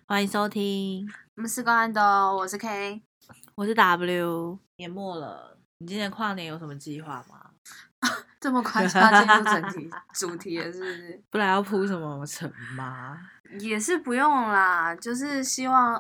欢迎收听， 我们是公安的哦，我是 K， 我是 W。年末了，你今年跨年有什么计划吗？ 这么快就要进入主题了，是不是？ 不然要铺什么城吗？ 也是不用啦，就是希望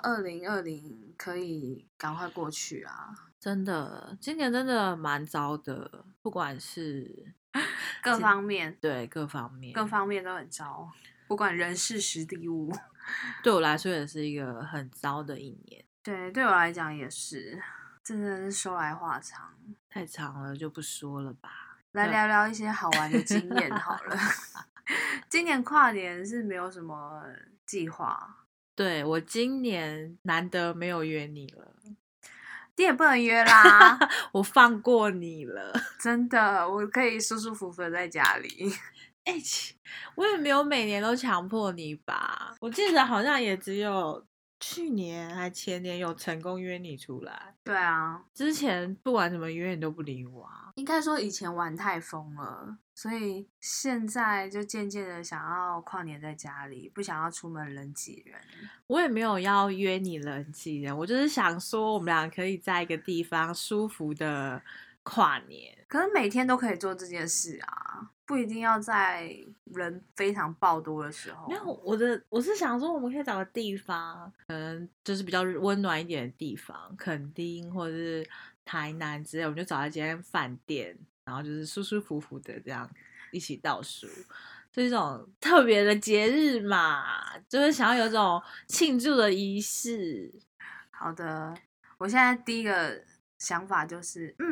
2020可以赶快过去啊。 真的，今年真的蛮糟的，不管是各方面， 对各方面， 各方面都很糟，不管人事时地物。 对我来说也是一个很糟的一年。 对，对我来讲也是，真的是说来话长， 太长了就不说了吧。 来聊聊一些好玩的经验好了。今年跨年是没有什么计划， 对，我今年难得没有约你了， 你也不能约啦。 我放过你了。 真的，我可以舒舒服服的在家里。 我也没有每年都强迫你吧，我记得好像也只有去年还前年有成功约你出来， 对啊， 之前不管怎么约你都不理我啊。 应该说以前玩太疯了，所以现在就渐渐的想要跨年在家里，不想要出门人挤人。 我也没有要约你人挤人，我就是想说我们俩可以在一个地方舒服的跨年。 可是每天都可以做这件事啊，不一定要在人非常爆多的时候。 没有，我是想说我们可以找个地方，可能就是比较温暖一点的地方，垦丁或者是台南之类，我们就找一间饭店，然后就是舒舒服服的这样一起倒数，就一种特别的节日嘛，就是想要有一种庆祝的仪式。 好的，我现在第一个想法就是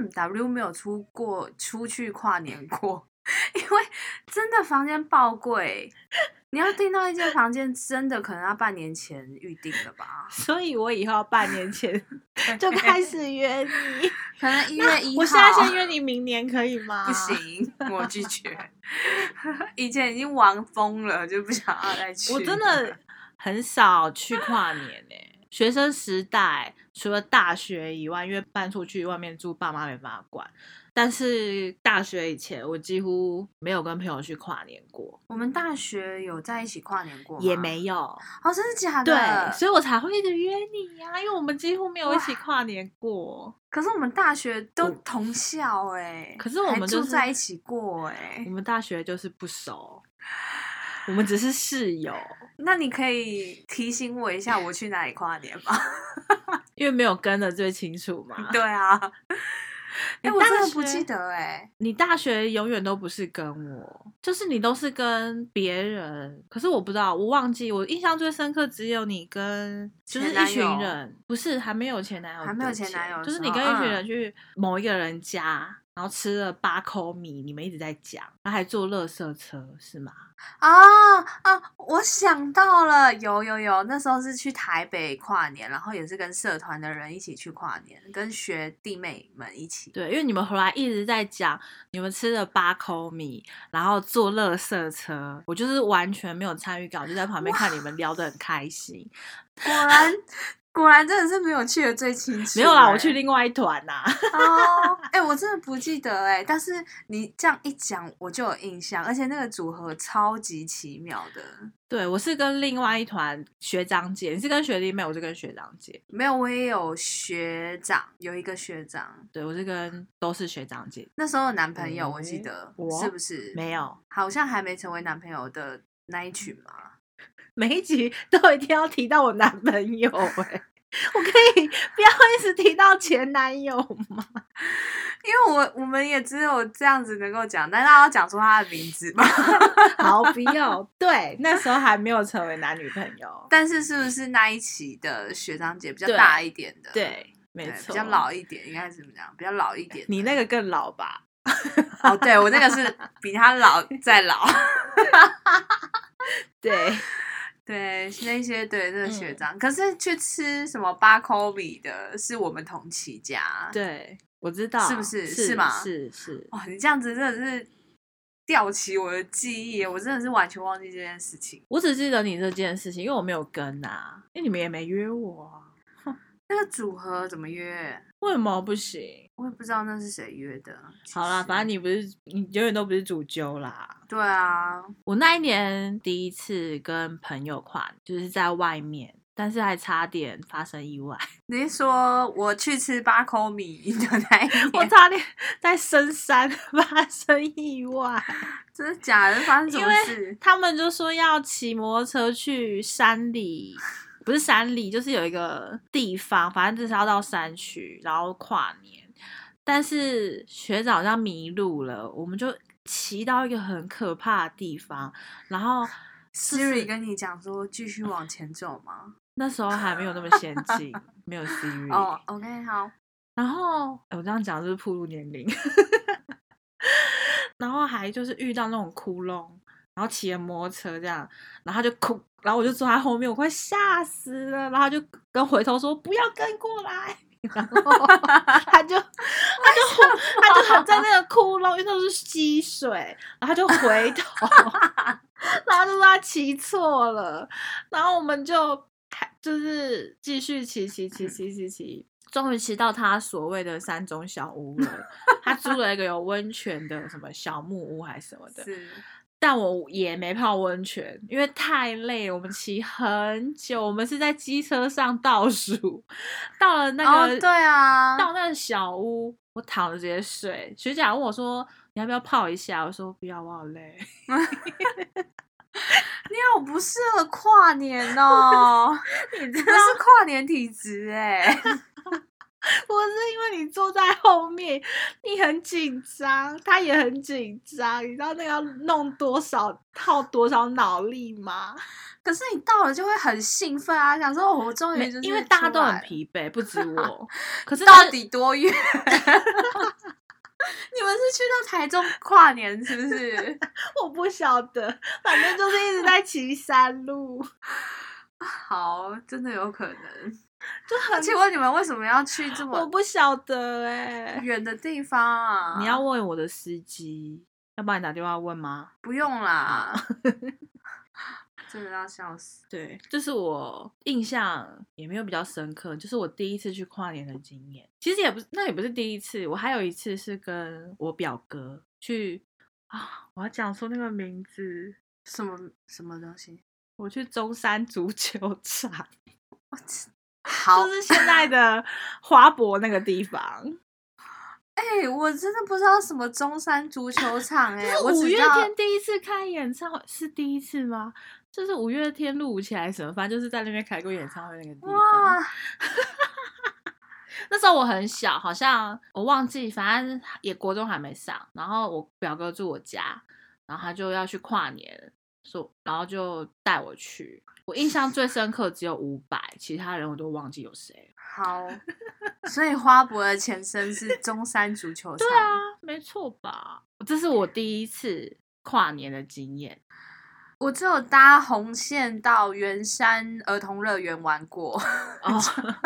，W 没有出去跨年过，因为真的房间爆贵，你要订到一间房间，真的可能要半年前预定了吧？ 所以我以后半年前就开始约你， 可能1月1号。 我现在先约你明年可以吗？ 不行，我拒绝。以前已经玩疯了，就不想要再去。 我真的很少去跨年学生时代除了大学以外，因为搬出去外面住，爸妈没办法管。但是大学以前，我几乎没有跟朋友去跨年过。 我们大学有在一起跨年过吗？ 也没有。 哦，真的假的？ 对，所以我才会一直约你呀，因为我们几乎没有一起跨年过。 可是我们大学都同校可是我们还住在一起过我们大学就是不熟，我们只是室友。 那你可以提醒我一下，我去哪里跨年吗？ 因为没有跟的最清楚嘛。 对啊。我真的不记得你大学永远都不是跟我，就是你都是跟别人。可是我不知道，我忘记，我印象最深刻只有你跟就是一群人，不是还没有前男友， 还没有前男友， 就是你跟一群人去某一个人家，然后吃了8口米，你们一直在讲，然后还坐垃圾车是吗？ 我想到了，有，那时候是去台北跨年，然后也是跟社团的人一起去跨年，跟学弟妹们一起。 对，因为你们后来一直在讲你们吃了8口米，然后坐垃圾车，我就是完全没有参与感，我就在旁边看你们聊得很开心。 果然真的是没有去的最清楚。 没有啦，我去另外一团呐。 我真的不记得但是你这样一讲，我就有印象，而且那个组合超级奇妙的。 对，我是跟另外一团学长姐，你是跟学弟妹，我是跟学长姐。 没有，我也有学长，有一个学长。 对，我是都是学长姐。 那时候的男朋友，我记得是不是？ 没有， 好像还没成为男朋友的那一群嘛。 每一集都一定要提到我男朋友我可以不要一直提到前男友吗？ 因为我们也只有这样子能够讲，但是要讲出他的名字嘛。 好，不要。对，那时候还没有成为男女朋友。 但是是不是那一期的学长姐比较大一点的？ 对，没错， 比较老一点，应该是怎么讲？比较老一点。 你那个更老吧？ 对，我那个是比他老再老。 对。 对，那些对这个学长，可是去吃什么8口米的是我们同期家。 对，我知道， 是不是？是吗？ 是。 哇，你这样子真的是吊起我的记忆，我真的是完全忘记这件事情。 我只记得你这件事情，因为我没有跟啊，因为你们也没约我啊。 那个组合怎么约？ 为什么不行？ 我也不知道那是谁约的。 好啦，反正你永远都不是主揪啦。 对啊， 我那一年第一次跟朋友跨，就是在外面， 但是还差点发生意外。 你是说我去吃8口米的那一我年？ 差点在深山发生意外， 真的假的？发生什因为么事？ 他们就说要骑摩托车去山里，不是山里，就是有一个地方，反正就是要到山区，然后跨年。但是学长好像迷路了，我们就骑到一个很可怕的地方，然后 Siri 跟你讲说继续往前走吗？ 那时候还没有那么先进，没有 Siri。 哦，OK， 好。 然后我这样讲就是暴露年龄，然后还就是遇到那种窟窿，然后骑着摩托车这样，然后他就哭，然后我就坐在后面，我快吓死了，然后他就跟回头说不要跟过来，然后他就很在那个窟窿，因为都是积水，然后他就回头，然后就说他骑错了，然后我们就是继续骑，终于骑到他所谓的山中小屋了。他租了一个有温泉的什么小木屋还是什么的， 是。 但我也没泡温泉，因为太累了，我们骑很久，我们是在机车上倒数，到了那个对啊， 到那个小屋，我躺着直接睡。学长问我说：“你要不要泡一下？”我说：“不要，我好累。” 你好不适合跨年哦， 你知不是跨年体质哎。 我是因为你坐在后面，你很紧张，他也很紧张，你知道那个要耗多少脑力吗？ 可是你到了就会很兴奋啊，想说我终于就是因为大家都很出来了疲惫，不止我。可是到底多远？你们是去到台中跨年是不是？ 我不晓得，反正就是一直在骑山路。 好，真的有可能。 就很， 请问你们为什么要去这么我不晓得远的地方啊？ 你要问我的司机，要不然你打电话问吗？ 不用啦，真的要笑死。 对，这是我印象也没有比较深刻，就是我第一次去跨年的经验。其实那也不是第一次，我还有一次是跟我表哥去我要讲出那个名字， 什么东西？ 我去中山足球场。 好， 就是现在的花博那个地方。 我真的不知道什么中山足球场就是五月天第一次开演唱会，是第一次吗？就是五月天录舞起来什么，反正就是在那边开过演唱会那个地方。哇！那时候我很小，好像我忘记，反正也国中还没上。然后我表哥住我家，然后他就要去跨年，然后就带我去。我印象最深刻只有500，其他人我都忘记有谁。 好，所以花博的前身是中山足球场。 对啊，没错吧？这是我第一次跨年的经验。 我只有搭红线到圆山儿童乐园玩过。 哦，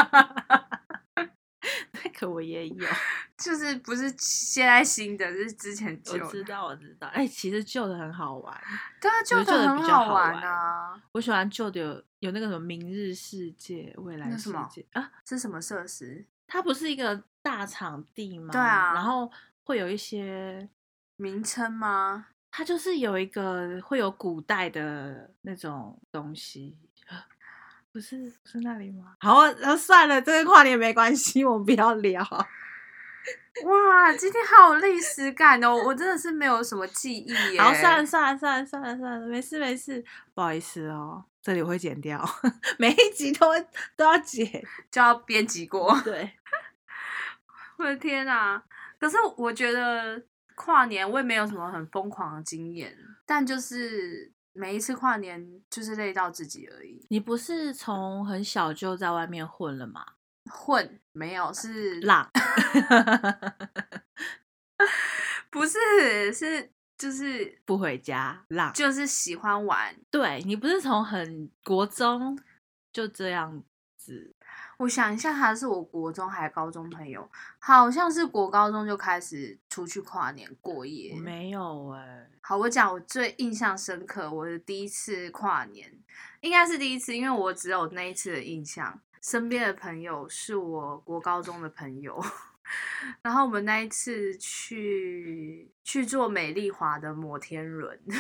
那个我也有， 就是不是现在新的，是之前旧的。 我知道。其实旧的很好玩。 对啊，旧的很好玩啊。 我喜欢旧的，有那个什么明日世界、未来世界啊， 是什么设施？ 它不是一个大场地吗？ 对啊， 然后会有一些名称吗？ 它就是有一个会有古代的那种东西。不是那里吗？好，算了，这跟跨年没关系，我们不要聊。 哇，今天好有历史感哦！我真的是没有什么记忆耶。 好，算了，没事，不好意思哦，这里我会剪掉，每一集都要剪， 就要编辑过。 对， 我的天啊！可是我觉得跨年我也没有什么很疯狂的经验，但就是每一次跨年就是累到自己而已。 你不是从很小就在外面混了吗？ 混没有，是浪。 不是，是就是不回家浪， 就是喜欢玩。 对，你不是从国中就这样子。 我想一下，他是我国中还是高中朋友？好像是国高中就开始出去跨年过夜。 我没有好，我讲我最印象深刻，我的第一次跨年应该是第一次，因为我只有那一次的印象。身边的朋友是我国高中的朋友，然后我们那一次去坐美丽华的摩天轮。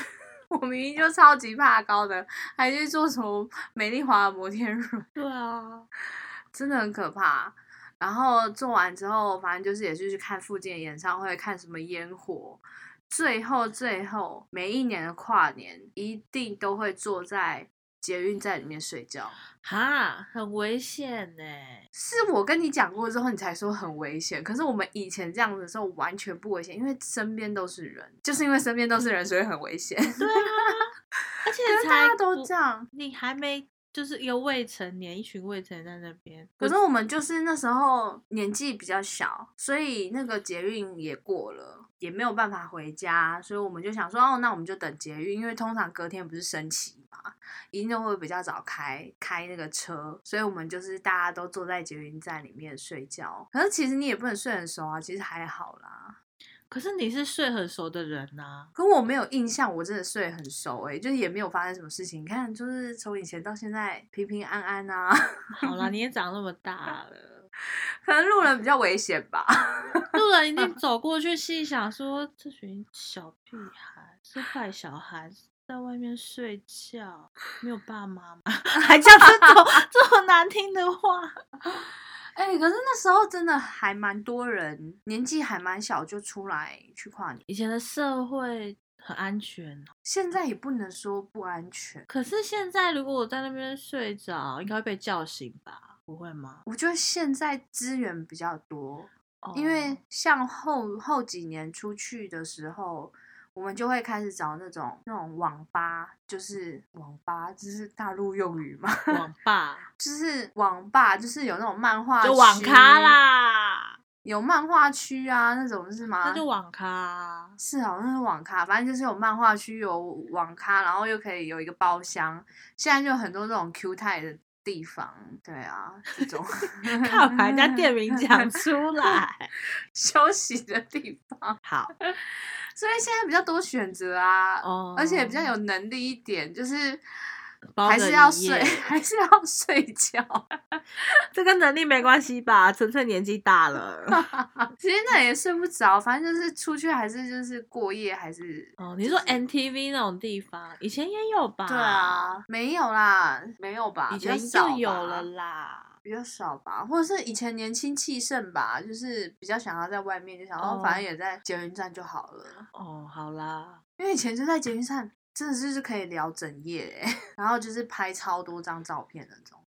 我明明就超级怕高的，还去做什么美丽华的摩天轮， 对啊， 真的很可怕。然后做完之后，反正就是也是去看附近的演唱会，看什么烟火。最后每一年的跨年一定都会坐在捷运站里面睡觉。 哈，很危险呢。 是我跟你讲过之后，你才说很危险。可是我们以前这样子的时候完全不危险，因为身边都是人，就是因为身边都是人，所以很危险。 对啊，而且可是大家都这样， 你还没就是一个未成年，一群未成年在那边。 可是我们就是那时候年纪比较小，所以那个捷运也过了，也没有办法回家，所以我们就想说，哦，那我们就等捷运，因为通常隔天不是升旗嘛，一定都会比较早开那个车，所以我们就是大家都坐在捷运站里面睡觉。可是其实你也不能睡很熟啊，其实还好啦。 可是你是睡很熟的人呐。 可我没有印象，我真的睡很熟就是也没有发生什么事情。你看，就是从以前到现在平平安安啊。 好啦，你也长那么大了， 可能路人比较危险吧。 路人一定走过去，心想说：这群小屁孩是坏小孩，在外面睡觉，没有爸妈吗？还讲这么难听的话。 可是那时候真的还蛮多人，年纪还蛮小就出来去跨年。 以前的社会很安全， 现在也不能说不安全。 可是现在如果我在那边睡着，应该会被叫醒吧？不会吗？ 我觉得现在资源比较多，因哦为像后几年出去的时候，我们就会开始找那种网吧，就是网吧，就是大陆用语嘛， 网吧就是网吧，就是有那种漫画区， 就网咖啦， 有漫画区啊，那种是吗？ 那就网咖啊。 是哦，那是网咖，反正就是有漫画区，有网咖，然后又可以有一个包厢。现在就有很多这种 Q 泰的地方，对啊，这种看把人家店名讲出来。 休息的地方。 好， 所以现在比较多选择啊， 哦而且比较有能力一点，就是包着还是要一夜睡，还是要睡觉。 这跟能力没关系吧？纯粹年纪大了。 其实那也睡不着，反正就是出去还是就是过夜，还是哦，你说 NTV 那种地方，以前也有吧？ 对啊，没有啦，没有吧？ 以前比较少吧就有了啦。 比较少吧，或者是以前年轻气盛吧，就是比较想要在外面，就想要反正也在捷运站就好了。 哦，好啦， 因为以前就在捷运站，真的是可以聊整夜然后就是拍超多张照片那种。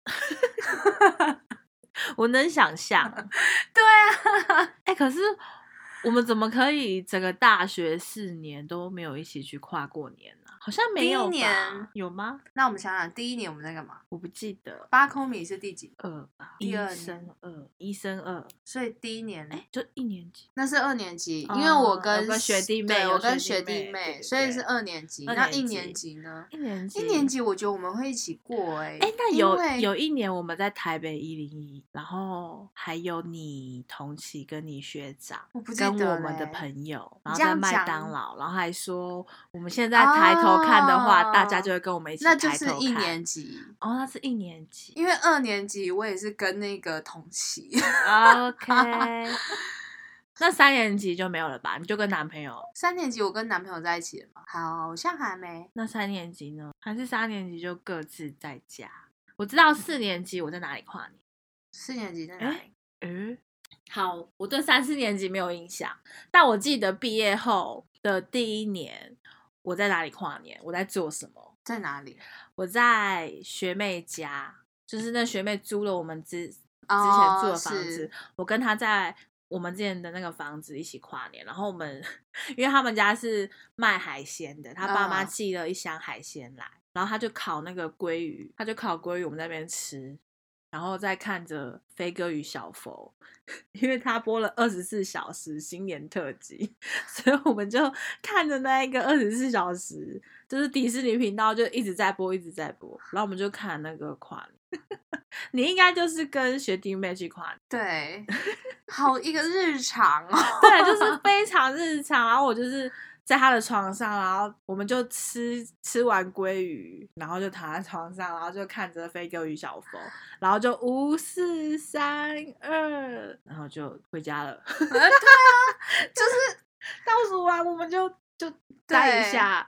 我能想象。 对啊， 可是我们怎么可以整个大学4年都没有一起去跨过年呢？好像没有吧？ 第一年有吗？ 那我们想想，第一年我们在干嘛？ 我不记得。 八公米是第几？ 2吧， 第二 1升2，1升2， 所以第一年就1年级。 那是2年级，因为有跟个学弟妹， 对我跟学学弟妹， 对所以是2年级。那1年级呢 ？1年级， 一年级我觉得我们会一起过那因为有一年我们在台北101，然后还有你同期跟你学长， 我不记得跟我们的朋友，然后这样在麦讲当劳，然后还说我们现在抬头看的话，大家就会跟我们一起抬那头看。 就是1年级哦，那是1年级， 因为2年级我也是跟那个同期。 OK。那3年级就没有了吧？你就跟男朋友。 3年级我跟男朋友在一起了嘛？好像还没。 那3年级呢？还是3年级就各自在家？我知道4年级我在哪里跨年。 4年级在哪里？ 好，我对3、4年级没有印象，但我记得毕业后的第1年我在哪里跨年，我在做什么？ 在哪里？ 我在学妹家，就是那学妹租了我们之前住的房子，我跟她在我们之前的那个房子一起跨年，然后我们因为他们家是卖海鲜的，他爸妈寄了一箱海鲜来，然后他就烤那个鲑鱼，我们在那边吃，然后再看着飞哥与小佛，因为他播了24小时新年特辑，所以我们就看着那一个24小时，就是迪士尼频道就一直在播，然后我们就看那个跨年。你应该就是跟学弟妹去跨年。 对，好一个日常哦。 对，就是非常日常。然后我就是在他的床上，然后我们就吃完鲑鱼，然后就躺在床上，然后就看着飞哥与小佛，然后就5、4、3、2，然后就回家了。 对啊，就是倒数完我们就待一下，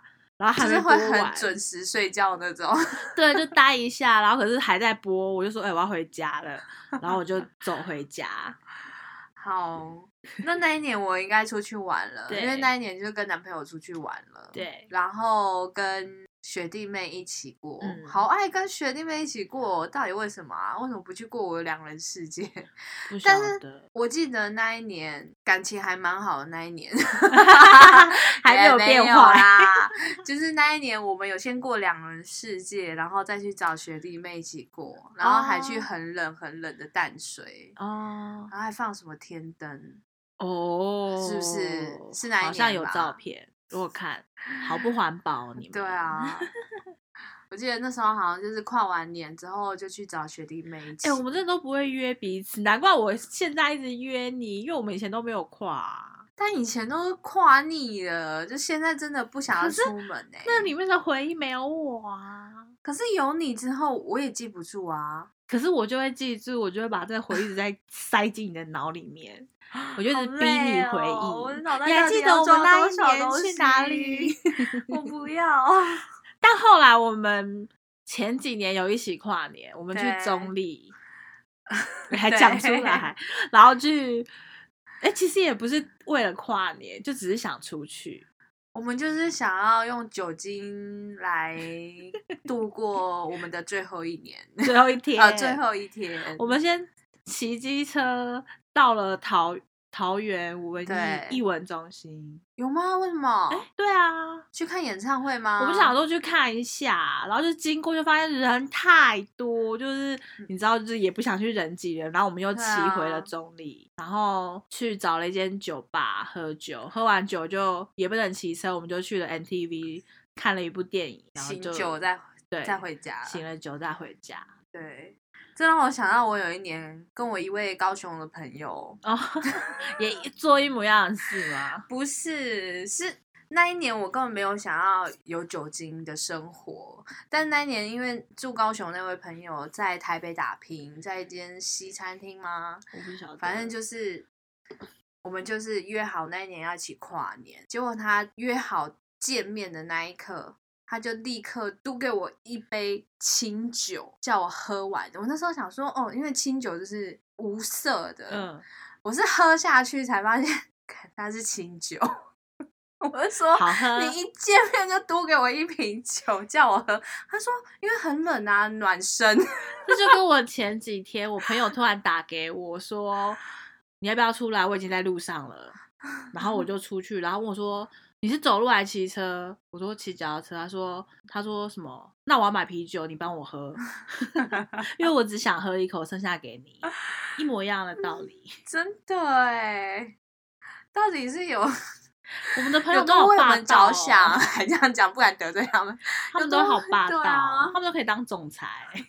然后还没播就是会很完， 准时睡觉那种。 对，就待一下，然后可是还在播，我就说，我要回家了，然后我就走回家。 好，那一年我应该出去玩了，因为对那一年就跟男朋友出去玩了， 对， 然后跟学弟妹一起过，好嗯， 爱跟学弟妹一起过，到底为什么啊？为什么不去过我的2人世界？ 不晓但是得， 我记得那一年感情还蛮好的，那一年还没有也变坏啦，就是那一年我们有先过2人世界，然后再去找学弟妹一起过，然后还去很冷很冷的淡水， 哦然后还放什么天灯。 哦， 是不是？是哪一年吧？ 好像有照片，我看，好不环保哦你们。 对啊，我记得那时候好像就是跨完年之后就去找学弟妹一起。 我们这都不会约彼此，难怪我现在一直约你，因为我们以前都没有跨啊。 但以前都跨腻了，就现在真的不想要出门那里面的回忆没有我啊。 可是有你之后，我也记不住啊。 可是我就会记住，我就会把这个回忆一直在塞进你的脑里面，我就好是逼你累回忆。 哦我的脑袋你还记得我们那一年去哪里？ 我不要。 但后来我们前几年有一起跨年，我们去对中立，还讲出来，然后去，其实也不是为了跨年，就只是想出去。 我们就是想要用酒精来度过我们的最后一年， 最后一天， 最后一天。 我们先骑机车到了桃园对艺文中心。 有吗？为什么？ 对啊， 去看演唱会吗？ 我们想说去看一下，然后就经过就发现人太多，就是你知道，就是也不想去人挤人，然后我们又骑回了中立，然后去找了一间酒吧喝酒，喝完酒就也不能骑车，我们就去了 NTV 看了一部电影，然后醒就酒再回家， 醒了酒再回家。 对，这让我想到我有一年跟我一位高雄的朋友， 也做一模一样的事吗？ 不是，是那一年我根本没有想要有酒精的生活，但那一年因为住高雄那位朋友在台北打拼，在一间西餐厅吗？ 我不晓得， 反正就是我们就是约好那一年要一起跨年，结果他约好见面的那一刻，他就立刻嘟给我一杯清酒，叫我喝完。我那时候想说，因为清酒就是无色的，我是喝下去才发现它是清酒。我就说， 好喝， 你一见面就嘟给我一瓶酒，叫我喝。他说，因为很冷啊，暖身。 这就跟我前几天我朋友突然打给我说，你要不要出来？我已经在路上了。然后我就出去，然后问我说，你是走路还是骑车？我说骑脚踏车。他说什么？那我要买啤酒，你帮我喝，因为我只想喝一口，剩下给你，一模一样的道理。 真的哎，到底是有我们的朋友有都好霸道多为我们着想，还这样讲，不敢得罪他们。 他们都好霸道， 对啊他们都可以当总裁。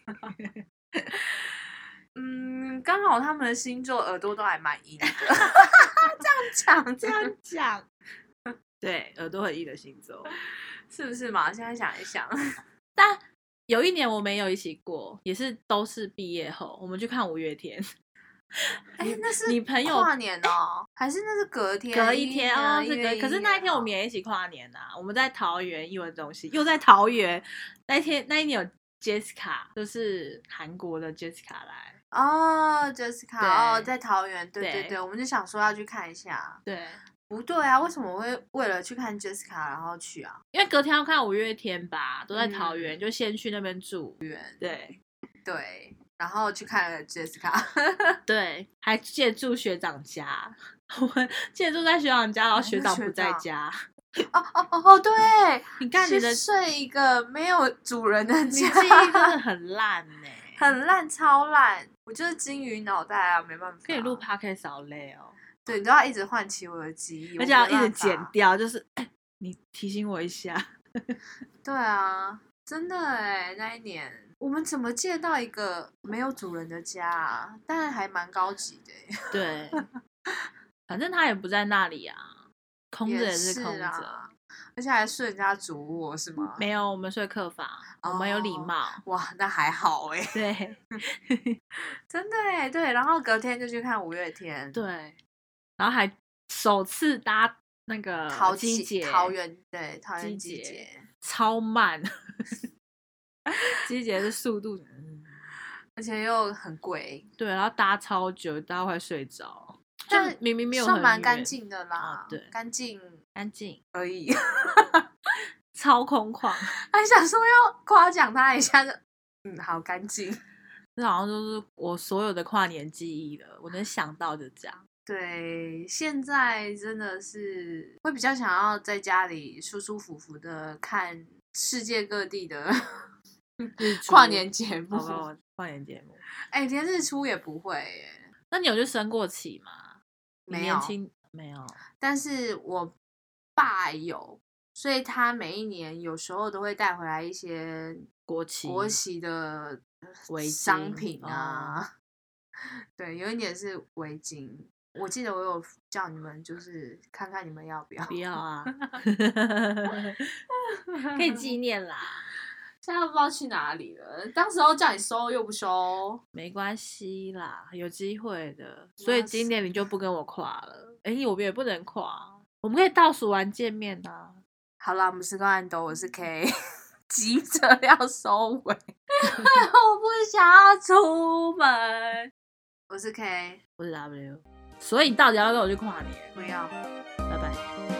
刚好他们的星座耳朵都还蛮硬的。这样讲， 对，耳朵很硬的星座， 是不是嘛？现在想一想， 但有一年我们也有一起过，也是都是毕业后，我们去看五月天。 那是你朋友跨年哦，还是那是隔天？ 隔一天哦，可是那一天我们也一起跨年啊，我们在桃园艺文中心，又在桃园。那一年有 Jessica， 就是韩国的 Jessica 来。 Jessica 在桃园，对，我们就想说要去看一下。 对， 不对啊，为什么我会为了去看 Jessica 然后去啊？ 因为隔天要看五月天吧，都在桃园，就先去那边住。 对，然后去看了 Jessica， 对，还借住学长家，我们借住在学长家，然后学长不在家。 对， 你看你的睡一个没有主人的家， 你记忆真的很烂呢， 很烂，超烂。我就是金鱼脑袋啊，没办法。 可以录 podcast 好累哦。 对，你都要一直唤起我的记忆， 而且要一直剪掉，就是你提醒我一下。 对啊，真的哎，那一年我们怎么借到一个没有主人的家啊？但还蛮高级的。 对，反正他也不在那里啊，空着也是空着， 而且还睡人家主卧是吗？ 没有，我们睡客房，我们有礼貌。 哇，那还好哎。 对， 真的哎，对，然后隔天就去看五月天。 对，然后还首次搭那个桃机捷， 桃园对桃园机捷机捷超慢，机捷是速度， 而且又很贵， 对，然后搭超久，搭快睡着，就但明明没有算蛮很远干净的啊啦， 对， 干净干净， 而已。 超空旷， 还想说要夸奖他一下，就好干净。 这好像就是我所有的跨年记忆了，我能想到就这样。 对，现在真的是会比较想要在家里舒舒服服的看世界各地的日出跨年节目。 跨年节目。 哎，连日出也不会耶， 那你有去升过旗吗？你没有， 年轻没有， 但是我爸有，所以他每一年有时候都会带回来一些国旗国旗的围巾商品啊。 哦对，有一点是围巾。我记得我有叫你们，就是看看你们要不要。 不要啊，可以纪念啦， 现在不知道去哪里了。当时候叫你收又不收， 没关系啦，有机会的。所以今年你就不跟我跨了，哎，我们也不能跨，我们可以倒数完见面啊。 好啦，我们是关安斗，我是 K， 急着要收尾，我不想要出门。我是 K， 我是 W，所以你到底要不要跟我去跨年？ 不要。 拜拜。